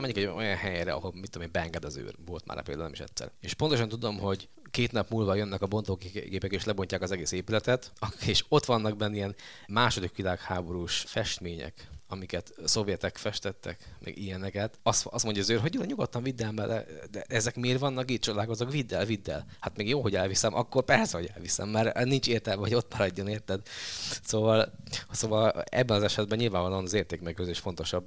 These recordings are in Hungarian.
elmegyek egy olyan helyre, ahol mit tudom én, beenged az őr. Volt már például nem is egyszer. És pontosan tudom, hogy 2 nap múlva jönnek a bontógépek és lebontják az egész épületet, és ott vannak benne ilyen második világháborús festmények, amiket szovjetek festettek, meg ilyeneket. Azt mondja az őr, hogy nyugodtan vidd el, de ezek miért vannak itt, csodálkozok, vidd el. Hát még jó, hogy elviszem, akkor persze, hogy elviszem, mert nincs értelme, hogy ott maradjon, érted? Szóval ebben az esetben nyilvánvalóan az értékmegőrzés fontosabb.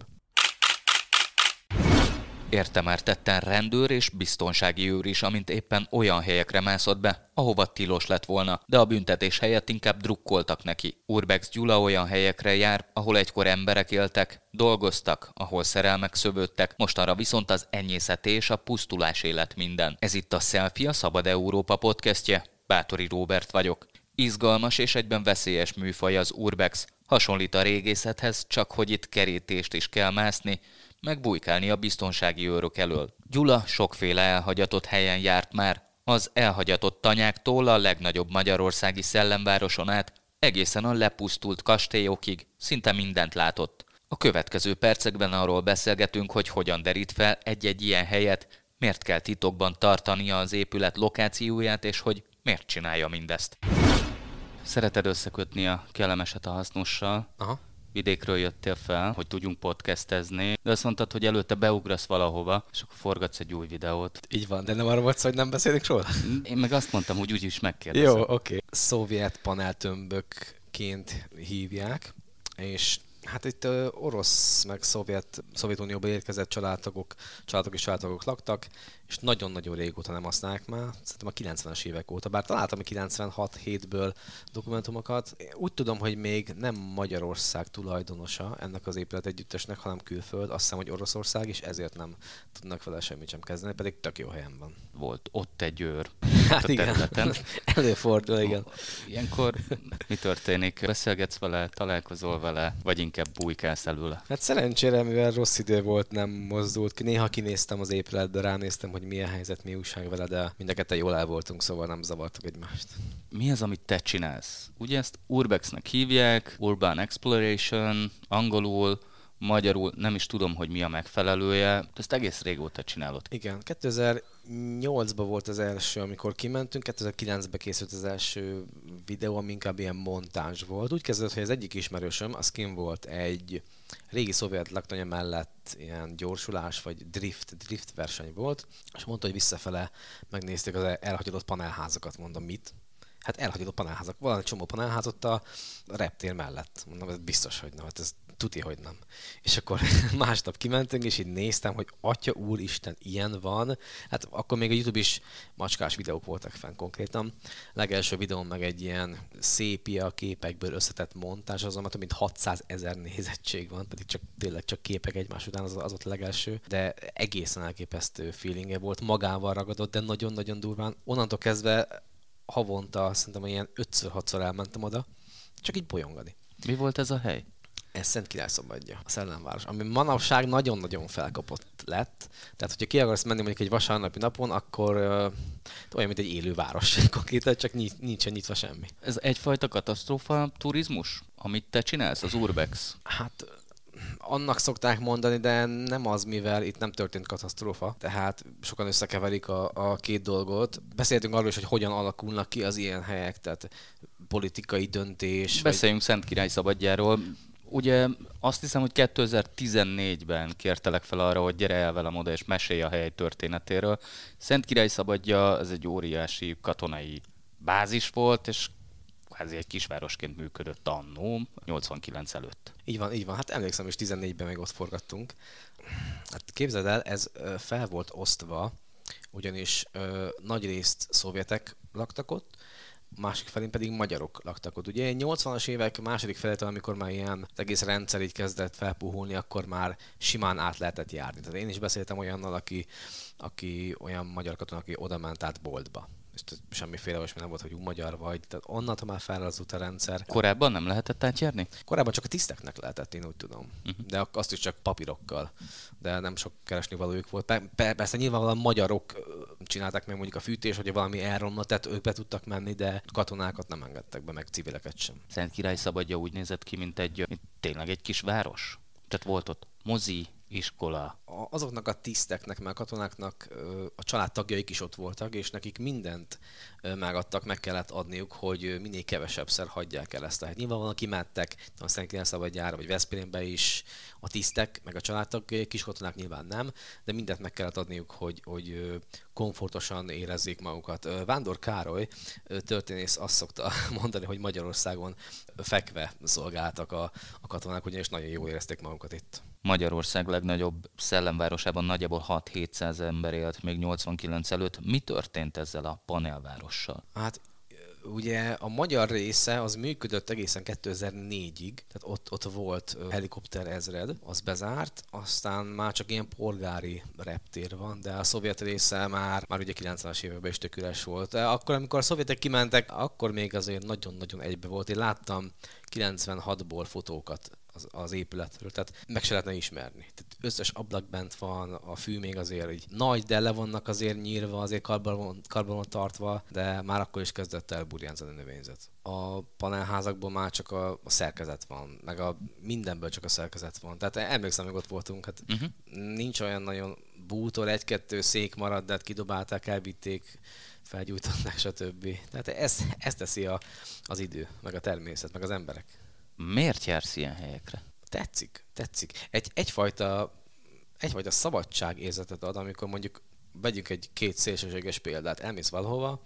Érte már tetten rendőr és biztonsági őr is, amint éppen olyan helyekre mászott be, ahova tilos lett volna, de a büntetés helyett inkább drukkoltak neki. Urbex Gyula olyan helyekre jár, ahol egykor emberek éltek, dolgoztak, ahol szerelmek szövődtek, mostanra viszont az enyészeti és a pusztulás élet minden. Ez itt a Selfie, a Szabad Európa podcastje. Bátori Róbert vagyok. Izgalmas és egyben veszélyes műfaj az urbex. Hasonlít a régészethez, csak hogy itt kerítést is kell mászni, meg bujkálni a biztonsági őrök elől. Gyula sokféle elhagyatott helyen járt már, az elhagyatott tanyáktól a legnagyobb magyarországi szellemvároson át, egészen a lepusztult kastélyokig szinte mindent látott. A következő percekben arról beszélgetünk, hogy hogyan derít fel egy-egy ilyen helyet, miért kell titokban tartania az épület lokációját, és hogy miért csinálja mindezt. Szereted összekötni a kellemeset a hasznossal? Aha. Vidékről jöttél fel, hogy tudjunk podcastezni, de azt mondtad, hogy előtte beugrasz valahova, és akkor forgatsz egy új videót. Így van, de nem arra volt szó, hogy nem beszélünk róla? Én meg azt mondtam, hogy úgyis megkérdezem. Jó, oké. Szovjet paneltömbökként hívják, és hát itt orosz, meg Szovjetunióba érkezett családtagok és családtagok laktak, és nagyon-nagyon régóta nem használják már, szerintem a 90-es évek óta, bár találtam 96-7-ből dokumentumokat. Úgy tudom, hogy még nem Magyarország tulajdonosa ennek az épületegyüttesnek, hanem külföld, azt hiszem, hogy Oroszország, és ezért nem tudnak vele semmit sem kezdeni, pedig tök jó helyen van. Volt ott egy őr. Hát a területen. igen, előfordul, igen. Ilyenkor mi történik? Beszélgetsz vele, találkozol vele, vagy inkább bujkálsz előle? Hát szerencsére, mivel rossz idő volt, nem mozdult ki. Néha kinéztem az épületbe, ránéztem, hogy milyen helyzet, mi újság vele, de mind a ketten jól el voltunk, szóval nem zavartuk egymást. Mi az, amit te csinálsz? Ugye ezt Urbexnek hívják, Urban Exploration, angolul, magyarul nem is tudom, hogy mi a megfelelője, de ezt egész régóta csinálod. Igen, 2008-ban volt az első, amikor kimentünk, 2009-ben készült az első videó, ami inkább ilyen montázs volt. Úgy kezdődött, hogy az egyik ismerősöm, az kim volt egy régi szovjet laktanya mellett ilyen gyorsulás, vagy drift verseny volt, és mondta, hogy visszafele megnézték az elhagyatott panelházakat, mondom, mit? Hát elhagyatott panelházak. Van egy csomó panelház ott a reptér mellett. Mondom, ez biztos, hogy nem. Hát ez tuti, hogy nem. És akkor másnap kimentünk, és így néztem, hogy atya úristen, ilyen van. Hát akkor még a YouTube is macskás videók voltak fenn konkrétan. Legelső videón meg egy ilyen szépia képekből összetett montázs, azon már több mint 600 000 nézettség van, pedig tényleg csak képek egymás után, az volt a legelső. De egészen elképesztő feelingje volt, magával ragadott, de nagyon-nagyon durván. Onnantól kezdve havonta szerintem ilyen 5-6-szor elmentem oda, csak így bolyongani. Mi volt ez a hely? Ez Szent Királyszabadja, a Szellemváros, ami manapság nagyon-nagyon felkapott lett. Tehát, hogyha ki akarsz menni mondjuk egy vasárnapi napon, akkor olyan, mint egy élő város konkrétan, csak nincsen nyitva semmi. Ez egyfajta katasztrófa turizmus, amit te csinálsz, az Urbex? Hát annak szokták mondani, de nem az, mivel itt nem történt katasztrófa, tehát sokan összekeverik a két dolgot. Beszéltünk arról is, hogy hogyan alakulnak ki az ilyen helyek, tehát politikai döntés. Beszéljünk Szent Királyszabadjáról. Ugye azt hiszem, hogy 2014-ben kértelek fel arra, hogy gyere el velem oda és mesélj a hely történetéről. Szent Királyszabadja, ez egy óriási katonai bázis volt, és kvázi egy kisvárosként működött annó, 89 előtt. Így van. Hát emlékszem, és 14-ben még ott forgattunk. Hát képzeld el, ez fel volt osztva, ugyanis nagy részt szovjetek laktak ott, másik felén pedig magyarok laktak ott. Ugye 80-as évek második felétől, amikor már ilyen az egész rendszer így kezdett felpuhulni, akkor már simán át lehetett járni. Tehát én is beszéltem olyannal, aki olyan magyar katona, aki oda ment át boltba. És semmiféle olyasmi nem volt, hogy magyar vagy. Tehát onnantól már felrazdult a rendszer. Korábban nem lehetett átjárni? Korábban csak a tiszteknek lehetett, én úgy tudom. De azt is csak papírokkal. De nem sok keresni valójuk volt. Persze nyilvánvalóan magyarok csinálták meg mondjuk a fűtés, hogy valami elromlott, tehát ők be tudtak menni, de katonákat nem engedtek be, meg civileket sem. Szent Királyszabadja úgy nézett ki, mint tényleg egy kis város. Tehát volt ott mozi, Iskola. Azoknak a tiszteknek, meg a katonáknak a családtagjaik is ott voltak, és nekik mindent megadtak, meg kellett adniuk, hogy minél kevesebbszer hagyják el ezt. Tehát nyilvánvalóan kimentek a Szent Királyszabadjára, vagy Veszprémbe is a tisztek, meg a családtagjaik, kis katonák nyilván nem, de mindent meg kellett adniuk, hogy komfortosan érezzék magukat. Vándor Károly történész azt szokta mondani, hogy Magyarországon fekve szolgáltak a katonák, ugyanis nagyon jól érezték magukat itt. Magyarország legnagyobb szellemvárosában nagyjából 6-700 ember élt még 89 előtt. Mi történt ezzel a panelvárossal? Hát ugye a magyar része az működött egészen 2004-ig, tehát ott volt helikopter ezred, az bezárt, aztán már csak ilyen polgári reptér van, de a szovjet része már ugye 90-es években is tök üres volt. De akkor, amikor a szovjetek kimentek, akkor még azért nagyon-nagyon egybe volt. Én láttam 96-ból fotókat az épületről, tehát meg se lehetne ismerni. Tehát összes ablak bent van, a fű még azért így nagy, de le vannak azért nyírva, azért karban van tartva, de már akkor is kezdett el burjánzani a növényzet. A panelházakból már csak a szerkezet van, meg mindenből csak a szerkezet van. Tehát emlékszem, hogy ott voltunk, hát nincs olyan nagyon bútor, egy-kettő szék maradt, de hát kidobálták, elvitték, felgyújtották, stb. Tehát ez teszi az idő, meg a természet, meg az emberek. Miért jársz ilyen helyekre? Tetszik. Egyfajta szabadságérzetet ad, amikor mondjuk vegyünk két szélsőséges példát. Elmész valahova,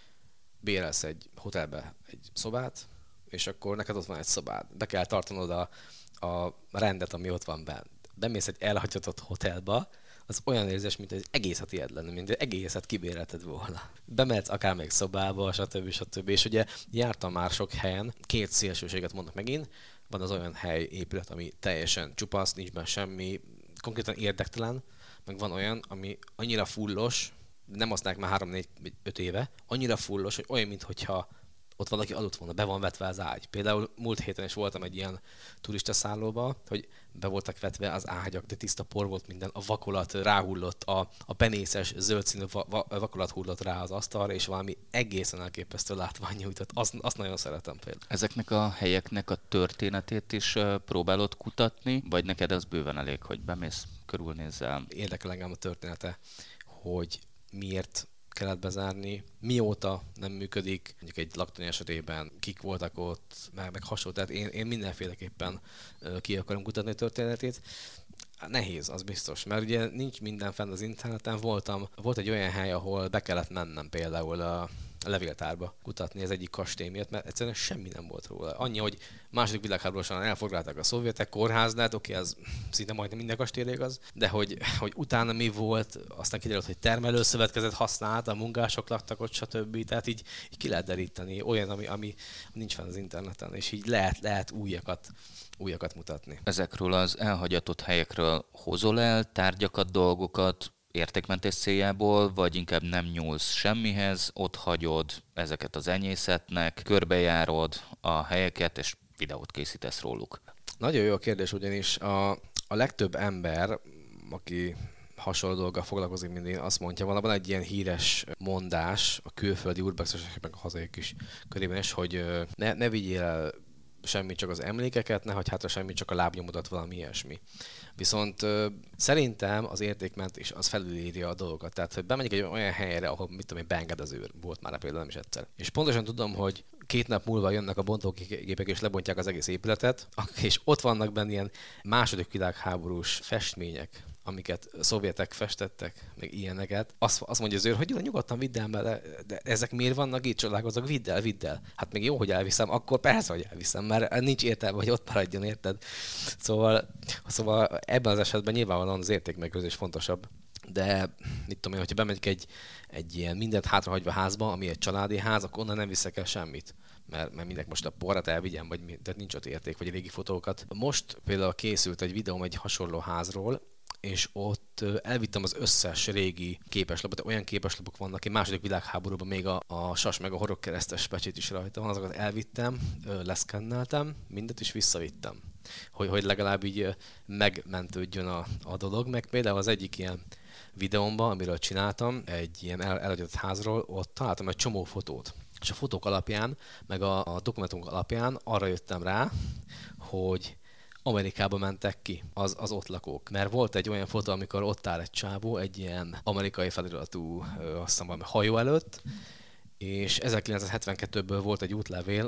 bérelsz egy hotelbe egy szobát, és akkor neked ott van egy szobád. Be kell tartanod a rendet, ami ott van bent. Bemész egy elhagyatott hotelba, az olyan érzés, mint egy egészet ilyet lenne, mint egy egészet kibérelted volna. Bemehetsz akár még szobába, stb. És ugye jártam már sok helyen, két szélsőséget mondok megint, van az olyan épület, ami teljesen csupasz, nincs benne semmi, konkrétan érdektelen, meg van olyan, ami annyira fullos, nem használják már 3-4-5 éve, annyira fullos, hogy olyan, mintha ott valaki aludt volna, be van vetve az ágy. Például múlt héten is voltam egy ilyen turista szállóba, hogy be voltak vetve az ágyak, de tiszta por volt minden, a vakolat ráhullott, a penészes, zöld színű vakolat hullott rá az asztalra, és valami egészen elképesztő látvány nyújtott. Azt nagyon szeretem például. Ezeknek a helyeknek a történetét is próbálod kutatni, vagy neked az bőven elég, hogy bemész, körülnézzel? Érdekel engem a története, hogy miért kellett bezárni, mióta nem működik, mondjuk egy laktanya esetében kik voltak ott, meg hasonló, tehát én mindenféleképpen ki akarom kutatni a történetét. Nehéz, az biztos, mert ugye nincs minden fenn az interneten, volt egy olyan hely, ahol be kellett mennem például a levéltárba kutatni az egyik kastély miatt, mert egyszerűen semmi nem volt róla. Annyi, hogy második világháború során elfoglalták a szovjetek, kórház, de hát oké, az szinte majdnem minden kastélyra igaz, de hogy utána mi volt, aztán kiderült, hogy termelőszövetkezet használt, a munkások laktak ott, stb. Tehát így ki lehet deríteni olyan, ami nincs fenn az interneten, és így lehet újakat mutatni. Ezekről az elhagyatott helyekről hozol el tárgyakat, dolgokat, értékmentés céljából, vagy inkább nem nyúlsz semmihez, ott hagyod ezeket az enyészetnek, körbejárod a helyeket, és videót készítesz róluk? Nagyon jó a kérdés, ugyanis a legtöbb ember, aki hasonló dologgal foglalkozik, mint én, azt mondja, van egy ilyen híres mondás a külföldi urbexesek, meg a hazaiak is körében is, hogy ne vigyél el semmit, csak az emlékeket, ne hagyj hátra semmit, csak a lábnyomodat, valami ilyesmi. Viszont szerintem az értékmentés az felülírja a dolgokat. Tehát, hogy bemegyek egy olyan helyre, ahol mit tudom én, bengedező volt már például nem is egyszer. És pontosan tudom, hogy 2 nap múlva jönnek a bontógépek és lebontják az egész épületet, és ott vannak benne ilyen második világháborús festmények, amiket szovjetek festettek, meg ilyeneket. Azt mondja az őr, hogy nyugodtan vidd el, de ezek miért vannak itt, csodálkozok, vidd el. Hát még jó, hogy elviszem, akkor persze, hogy elviszem, mert nincs értelme, hogy ott maradjon, érted? Szóval ebben az esetben nyilvánvalóan az értékmegőrzés fontosabb. De mit tudom én, hogyha bemegyek egy ilyen mindent hátrahagyva házba, ami egy családi ház, akkor onnan nem viszek el semmit. Mert mindenki most a porrat elvigyem, tehát nincs ott érték, vagy régi fotókat. Most például készült egy videóm egy hasonló házról, és ott elvittem az összes régi képeslapot, olyan képeslapok vannak, hogy második világháborúban még a sas meg a horogkeresztes pecsét is rajta van, azokat elvittem, leszkenneltem, mindet is visszavittem, hogy legalább így megmentődjön a dolog, meg például az egyik ilyen videómban, amiről csináltam, egy ilyen elhagyott házról, ott találtam egy csomó fotót. És a fotók alapján, meg a dokumentumok alapján arra jöttem rá, hogy Amerikába mentek ki az ott lakók. Mert volt egy olyan fotó, amikor ott áll egy csávó, egy ilyen amerikai feliratú, azt hiszem valami hajó előtt, és 1972-ből volt egy útlevél,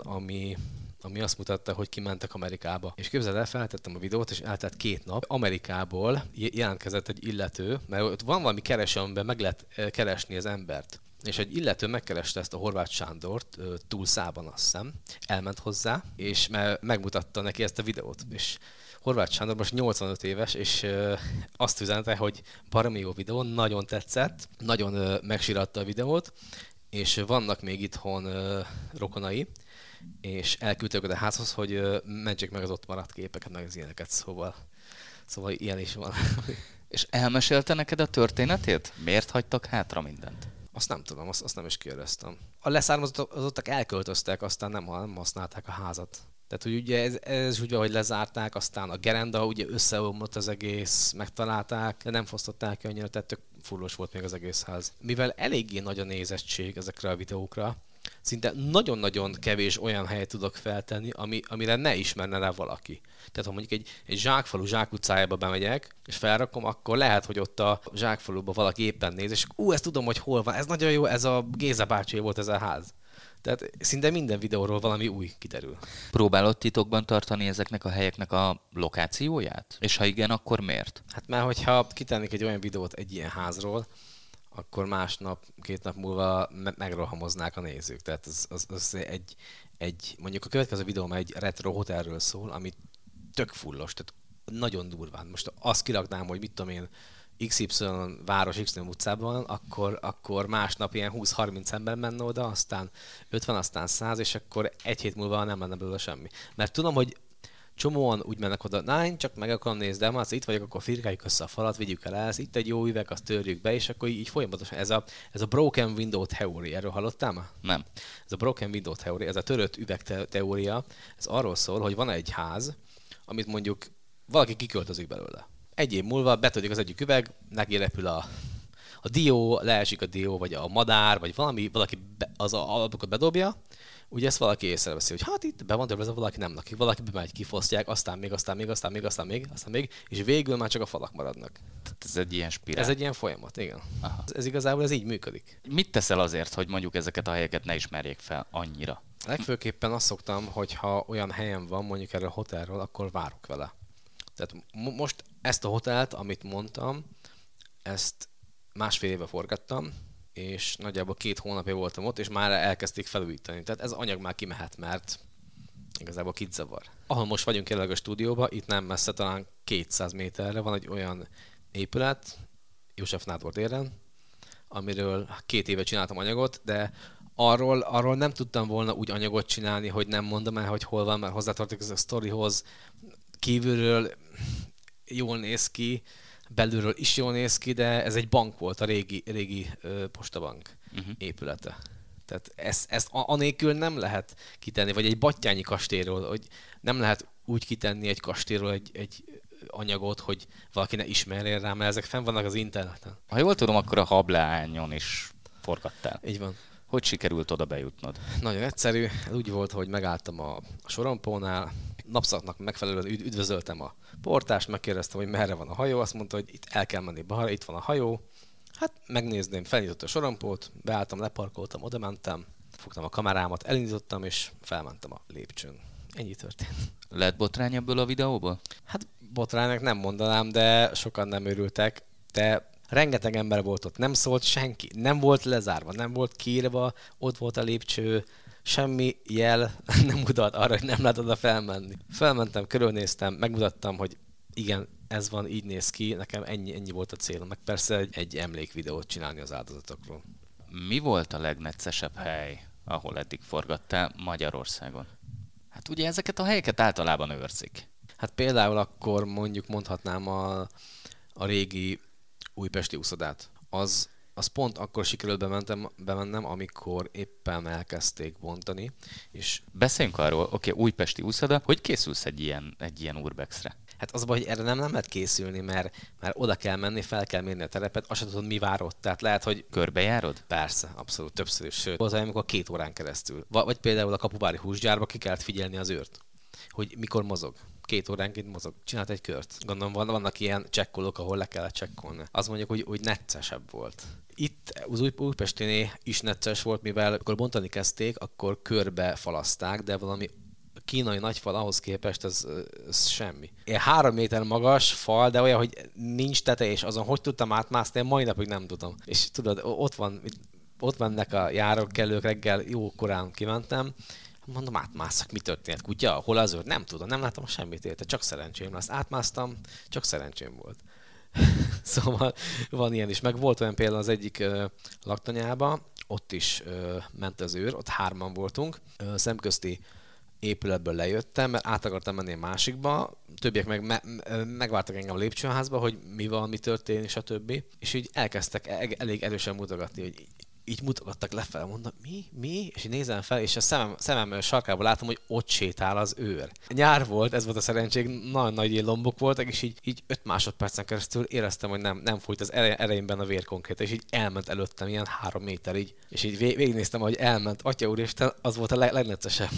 ami azt mutatta, hogy kimentek Amerikába. És képzeld el, feltettem a videót, és eltelt 2 nap. Amerikából jelentkezett egy illető, mert ott van valami kereső, amiben meg lehet keresni az embert. És egy illető megkereste ezt a Horváth Sándort Tulszában, azt hiszem, elment hozzá, és megmutatta neki ezt a videót. És Horváth Sándor most 85 éves, és azt üzente, hogy baromi jó videó, nagyon tetszett, nagyon megsiratta a videót, és vannak még itthon rokonai, és elküldték a házhoz, hogy mentsék meg az ott maradt képeket, meg az ilyeneket, szóval ilyen is van. És elmesélte neked a történetét? Miért hagytak hátra mindent? Azt nem tudom, azt nem is kérdeztem. A leszármazottak elköltöztek, aztán nem használták a házat. Tehát, hogy ugye ez úgy van, hogy lezárták, aztán a gerenda ugye összeomlott az egész, megtalálták, de nem fosztották ki annyira, tehát tök fullos volt még az egész ház. Mivel eléggé nagy a nézettség ezekre a videókra, szinte nagyon-nagyon kevés olyan helyet tudok feltenni, amire ne ismerne rá valaki. Tehát ha mondjuk egy zsákfalu zsákutcájába bemegyek, és felrakom, akkor lehet, hogy ott a zsákfaluban valaki éppen néz, és ezt tudom, hogy hol van, ez nagyon jó, ez a Géza bácsi volt ez a ház. Tehát szinte minden videóról valami új kiderül. Próbálod titokban tartani ezeknek a helyeknek a lokációját? És ha igen, akkor miért? Hát már hogyha kitennék egy olyan videót egy ilyen házról, akkor másnap, 2 nap múlva megrohamoznák a nézők. Tehát az mondjuk a következő videóm egy retro hotelről szól, ami tök fullos, tehát nagyon durván. Most azt kiraknám, hogy mit tudom én, XY város XY utcában, akkor másnap ilyen 20-30 ember menne oda, aztán 50, aztán 100, és akkor 1 hét múlva nem menne belőle semmi. Mert tudom, hogy csomóan úgy mennek oda, na, én csak meg akarom nézni, de már itt vagyok, akkor firkáljuk össze a falat, vigyük el ezt, itt egy jó üveg, azt törjük be, és akkor így folyamatosan ez a broken window theory, erről hallottál már? Nem. Ez a broken window theory, ez a törött üveg teória, ez arról szól, hogy van egy ház, amit mondjuk valaki kiköltözik belőle. 1 év múlva betörik az egyik üveg, neki repül a dió, leesik a dió, vagy a madár, vagy valaki az alapokat bedobja, ugye ezt valaki észreveszi, hogy hát itt be van törve, valaki nem lakik, valaki bemegy, kifosztják, aztán még, és végül már csak a falak maradnak. Tehát ez egy ilyen spirál. Ez egy ilyen folyamat, igen. Ez igazából így működik. Mit teszel azért, hogy mondjuk ezeket a helyeket ne ismerjék fel annyira? Legfőképpen azt szoktam, hogy ha olyan helyen van, mondjuk erről a hotelről, akkor várok vele. Tehát most ezt a hotelt, amit mondtam, ezt 1,5 éve forgattam, és nagyjából 2 hónapja voltam ott, és már elkezdték felújítani. Tehát ez anyag már kimehet, mert igazából kit zavar. Ahol most vagyunk jelenleg a stúdióban, itt nem messze, talán 200 méterre van egy olyan épület, József Nádor téren, amiről 2 éve csináltam anyagot, de arról nem tudtam volna úgy anyagot csinálni, hogy nem mondom el, hogy hol van, mert hozzátartozik ez a sztorihoz. Kívülről jól néz ki, belülről is jól néz ki, de ez egy bank volt, a régi postabank épülete. Tehát ezt anélkül nem lehet kitenni, vagy egy battyányi kastélyról, hogy nem lehet úgy kitenni egy kastélyról egy anyagot, hogy valaki ne ismerjen rá, mert ezek fenn vannak az interneten. Ha jól tudom, akkor a Hableányon is forgattál. Így van. Hogy sikerült oda bejutnod? Nagyon egyszerű. Úgy volt, hogy megálltam a sorompónál, napszaknak megfelelően üdvözöltem a portást, megkérdeztem, hogy merre van a hajó, azt mondta, hogy itt el kell menni balra, itt van a hajó. Hát megnézném, felnyitott a sorompót, beálltam, leparkoltam, oda mentem, fogtam a kamerámat, elindítottam, és felmentem a lépcsőn. Ennyi történt. Lett botrány ebből a videóból? Hát botránynak nem mondanám, de sokan nem örültek, de rengeteg ember volt ott, nem szólt senki, nem volt lezárva, nem volt kiírva, ott volt a lépcső, semmi jel nem mutat arra, hogy nem lehet oda felmenni. Felmentem, körülnéztem, megmutattam, hogy igen, ez van, így néz ki, nekem ennyi volt a célom, meg persze egy emlékvideót csinálni az áldozatokról. Mi volt a legneccesebb hely, ahol eddig forgattál Magyarországon? Hát ugye ezeket a helyeket általában őrzik. Hát például akkor mondhatnám a régi újpesti úszodát. Az pont akkor sikerült bemennem, amikor éppen elkezdték bontani. És beszéljünk arról, oké, újpesti úszoda, hogy készülsz egy ilyen urbexre? Hát az baj, hogy erre nem lehet készülni, mert oda kell menni, fel kell mérni a terepet, azt sem tudod, mi vár ott. Tehát lehet, hogy... Körbejárod? Persze, abszolút, többször is. Sőt, volt olyan, amikor 2 órán keresztül. Vagy például a Kapuvári húsgyárba ki kellett figyelni az őrt, hogy mikor mozog. 2 óránként mozog. Csinált egy kört. Gondolom vannak ilyen csekkolók, ahol le kellett csekkolni. Azt mondjuk, hogy neccesebb volt. Itt az Újpestinél is necces volt, mivel amikor bontani kezdték, akkor körbe falazták, de valami kínai nagyfal ahhoz képest ez semmi. Ilyen 3 méter magas fal, de olyan, hogy nincs teteje, és azon hogy tudtam átmászni, én mai napig nem tudom. És tudod, ott vannak a járókelők, reggel jó korán kimentem, mondom, átmászak, mi történt? Kutya? Hol az őr? Nem tudom, nem láttam semmit érte, csak szerencsém lesz. Átmásztam, csak szerencsém volt. Szóval van ilyen is. Meg volt olyan például az egyik laktanyában, ott is ment az őr, ott 3-an voltunk, szemközti épületből lejöttem, mert át akartam menni a másikba, többiek meg megvártak engem a lépcsőházba, hogy mi van, mi történik, stb. És így elkezdtek elég erősen mutogatni, hogy így mutogattak lefelé, mondom, mi? És így nézem fel, és a szemem sarkából látom, hogy ott sétál az őr. Nyár volt, ez volt a szerencség, nagyon nagy lombok voltak, és így 5 másodpercen keresztül éreztem, hogy nem fújt az erejemben a vér konkrétan, és így elment előttem ilyen 3 méter így. És így végignéztem, hogy elment. Atya úristen, az volt a legneccesebb.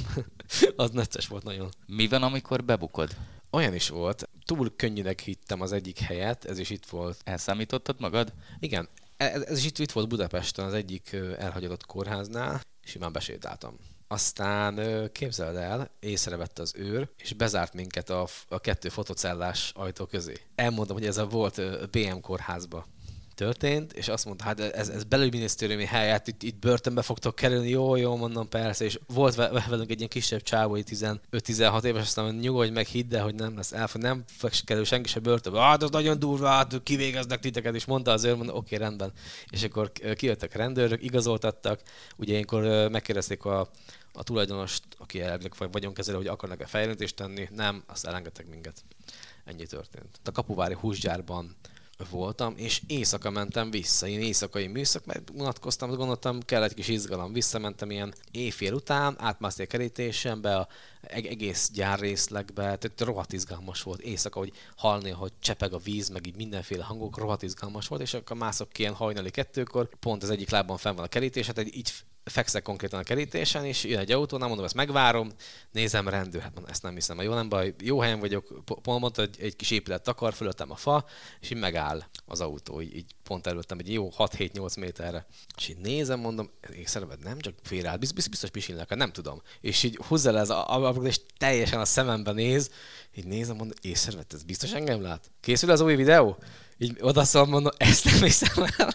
Az necces volt nagyon. Mi van, amikor bebukod? Olyan is volt. Túl könnyűnek hittem az egyik helyet, ez is itt volt. Elszámítottad magad? Igen. Ez is itt volt Budapesten, az egyik elhagyatott kórháznál, és simán besétáltam. Aztán képzeld el, észrevett az őr, és bezárt minket a 2 fotocellás ajtó közé. Elmondom, hogy ez a volt BM kórházba történt, és azt mondta, hát ez belügyminisztériumi hely, hát itt börtönbe fogtok kerülni, jó, mondom, persze, és volt velünk egy ilyen kisebb csávó, 15-16 éves, aztán mondja, nyugodj meg, hidd el, hogy nem lesz nem kerül senki se börtönbe, hát az nagyon durva, hát kivégeznek titeket, és mondta az őr, mondta, oké, rendben. És akkor kijöttek a rendőrök, igazoltattak, ugye ilyenkor megkérdezték a tulajdonost, aki elvileg vagyonkezelő, hogy akarnak-e fejlesztést tenni, nem, azt elengedtek minket. Ennyi történt. A Kapuvári húsgyárban voltam, és éjszaka mentem vissza. Én éjszakai műszak, mert unatkoztam, gondoltam, kell egy kis izgalom. Visszamentem ilyen éjfél után, átmásztam a kerítésembe, a egész gyárrészlegbe, tehát rohadt izgalmas volt. Éjszaka, hogy hallni, hogy csepeg a víz, meg így mindenféle hangok, rohadt izgalmas volt, és akkor mászok ki ilyen hajnali 2-kor, pont az egyik lábban fenn van a kerítés, hát így fekszek konkrétan a kerítésen, és jön egy autó, nem mondom, ezt megvárom, nézem, rendőr, hát mondom, ezt nem hiszem, jó, nem baj, jó helyen vagyok, pont mondta, hogy egy kis épület takar, fölöttem a fa, és így megáll az autó, így pont előttem egy jó 6-7-8 méterre. És így nézem, mondom, észreved, nem csak félreállt, biztos pisilnek, nem tudom. És így húzza le az ablakot, és teljesen a szemembe néz, így nézem, mondom, észreved, ez biztos engem lát? Készül az új videó? Így odaszól mondom, ezt nem hiszem el.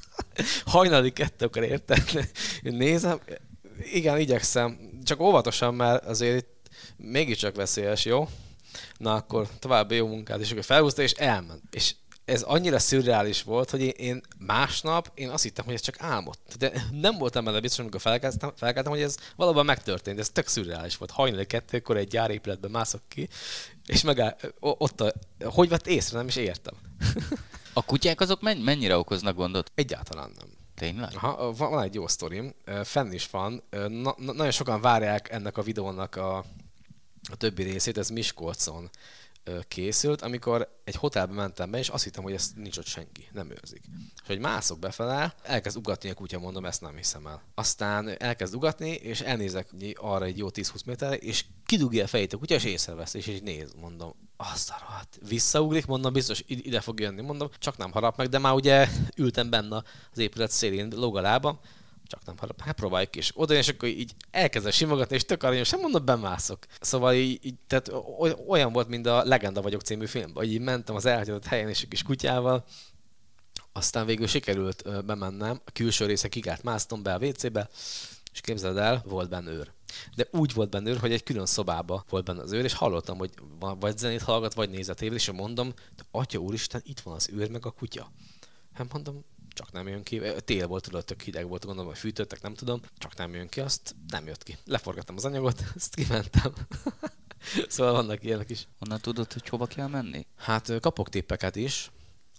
Hajnali 2-kor, érted? Én nézem, igen, igyekszem, csak óvatosan, mert azért itt mégiscsak veszélyes, jó? Na akkor további jó munkát, és akkor felhúzta, és elment. És ez annyira szürreális volt, hogy én másnap azt hittem, hogy ez csak álmod. De nem voltam benne biztos, amikor felkeltem, hogy ez valóban megtörtént. Ez tök szürreális volt. Hajnali 2-kor egy gyárépületben mászok ki, és hogy vett észre, nem is értem. A kutyák azok mennyire okoznak gondot? Egyáltalán nem. Tényleg? Aha, van egy jó sztorim, fenn is van. Nagyon sokan várják ennek a videónak a többi részét, ez Miskolcon készült, amikor egy hotelbe mentem be, és azt hittem, hogy ez nincs ott senki, nem őrzik. És hogy mászok befele, elkezd ugatni a kutya, mondom, ezt nem hiszem el. Aztán elkezd ugatni, és elnézek arra egy jó 10-20 méterre, és kidugja a fejét a kutya, és észrevesz, és így néz, mondom, azt a rohadt. Visszaugrik, mondom, biztos ide fog jönni, mondom, csak nem harap meg, de már ugye ültem benne az épület szélén, lóg a lábam, csak nem harap, hát próbáljuk is. Oda, és akkor így elkezdem simogatni, és tök aranyos, sem mondom, bemászok. Szóval így, tehát olyan volt, mint a Legenda vagyok című filmben, hogy így mentem az elhagyatott helyen és a kis kutyával, aztán végül sikerült bemennem, a külső részekig átmásztam be a WC-be, és képzeld el, volt benne őr. De úgy volt benne őr, hogy egy külön szobába volt benne az őr, és hallottam, hogy vagy zenét hallgat, vagy néz a tévét, és mondom, de atya úristen, itt van az őr meg a kutya. Hát mondom, csak nem jön ki. Tél volt, tudod, tök hideg volt, gondolom, hogy fűtöttek, nem tudom. Csak nem jön ki, azt nem jött ki. Leforgattam az anyagot, azt kimentem. Szóval vannak ilyenek is. Honnan tudod, hogy hova kell menni? Hát kapok tippeket is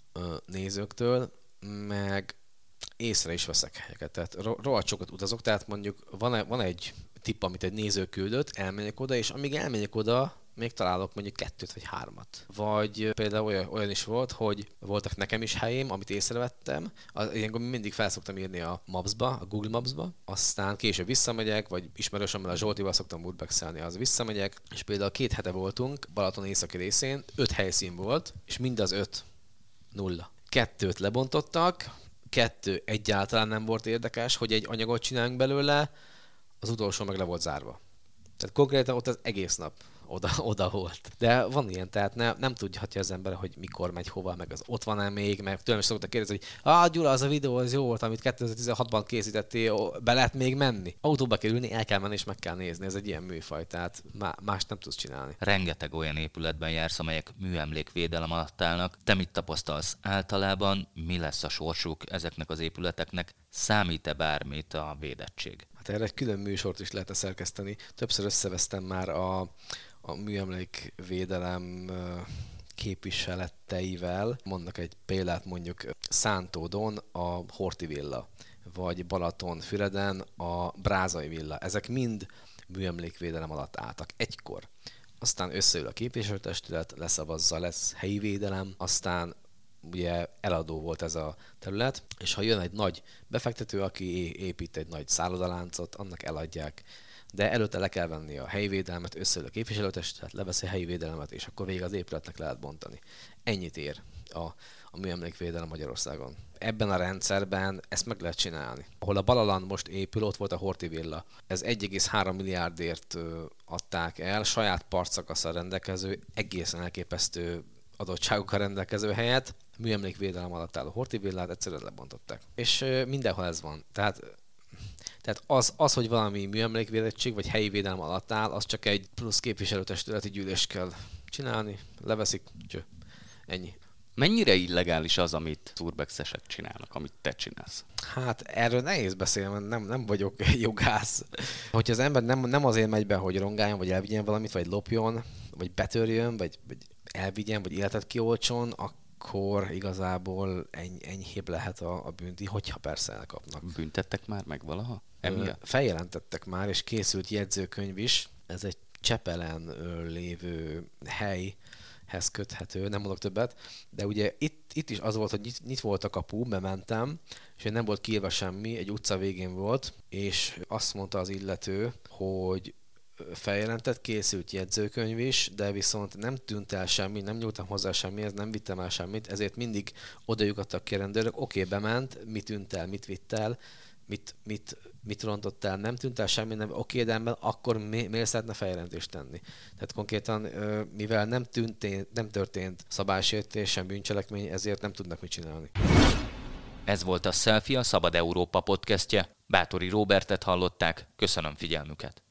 nézőktől, meg észre is veszek helyeket. Tehát rohadt sokat utazok, tehát mondjuk van egy tipp, amit egy néző küldött, elmegyek oda, és amíg elmegyek oda, még találok mondjuk 2 vagy 3. Vagy például olyan is volt, hogy voltak nekem is helyém, amit észrevettem. Ilyenkor mindig felszoktam írni a Maps-ba, a Google Maps-ba, aztán később visszamegyek, vagy ismerősömmel a Zsoltival szoktam urbexelni, az visszamegyek, és például 2 hete voltunk Balaton északi részén, 5 helyszín volt, és mind az 5 0. 2-t lebontottak, 2 egyáltalán nem volt érdekes, hogy egy anyagot csináljunk belőle, az utolsó meg le volt zárva. Tehát konkrétan ott az egész nap oda volt. De van ilyen, tehát nem tudhatja az ember, hogy mikor megy hova, meg az ott van-e még, meg tőlem is szoktak kérdezni, hogy Gyula, az a videó az jó volt, amit 2016-ban készítettél, be lehet még menni. Autóba kell ülni, el kell menni és meg kell nézni, ez egy ilyen műfaj, tehát mást nem tudsz csinálni. Rengeteg olyan épületben jársz, amelyek műemlékvédelem alatt állnak. Te mit tapasztalsz általában? Mi lesz a sorsuk ezeknek az épületeknek? Számít-e bármit a védettség? Hát erre egy külön műsort is lehetne szerkeszteni. Többször összevesztem már a műemlékvédelem képviseleteivel. Mondnak egy példát, mondjuk Szántódon a Horthy villa, vagy Balatonfüreden a Brázai villa. Ezek mind műemlékvédelem alatt álltak egykor. Aztán összeül a képviselőtestület, leszavazza, lesz helyi védelem, aztán ugye eladó volt ez a terület, és ha jön egy nagy befektető, aki épít egy nagy szállodaláncot, annak eladják. De előtte le kell venni a helyi védelmet, összeül a képviselőtestület, leveszi a helyi védelmet, és akkor végig az épületnek lehet bontani. Ennyit ér a műemlékvédelem Magyarországon. Ebben a rendszerben ezt meg lehet csinálni. Ahol a Balaland most épül, ott volt a Horthy villa. Ez 1,3 milliárdért adták el, saját partszakaszsal rendelkező, egészen elképesztő adottságokkal rendelkező helyet, műemlékvédelem alatt álló Horthy villát egyszerűen lebontották. És mindenhol ez van. Tehát az, hogy valami műemlékvédettség vagy helyi védelem alatt áll, az csak egy plusz képviselőtestületi gyűlést kell csinálni, leveszik, ennyi. Mennyire illegális az, amit urbexesek csinálnak, amit te csinálsz? Hát erről nehéz beszélni, mert nem vagyok jogász. Hogyha az ember nem azért megy be, hogy rongáljon, vagy elvigyen valamit, vagy lopjon, vagy betörjön, vagy elvigyen, vagy életet kioltson, akkor igazából enyhébb lehet a bünti, hogyha persze elkapnak. Büntettek már meg valaha? Feljelentettek már, és készült jegyzőkönyv is. Ez egy Csepelen lévő helyhez köthető, nem mondok többet, de ugye itt is az volt, hogy nyit volt a kapu, bementem, és nem volt kiírva semmi, egy utca végén volt, és azt mondta az illető, hogy feljelentett, készült jegyzőkönyv is, de viszont nem tűnt el semmi, nem nyúltam hozzá semmihez, nem vittem el semmit, ezért mindig odajugattak ki a rendőrök, oké, bement, mit tűnt el, mit vitt el, mit rontott el, nem tűnt el semmi, oké, de akkor miért szeretne feljelentést tenni? Tehát konkrétan, mivel nem történt szabálysértés, sem bűncselekmény, ezért nem tudnak mit csinálni. Ez volt a Selfie, a Szabad Európa podcastje. Báthori Róbertet hallották, köszönöm figyelmüket.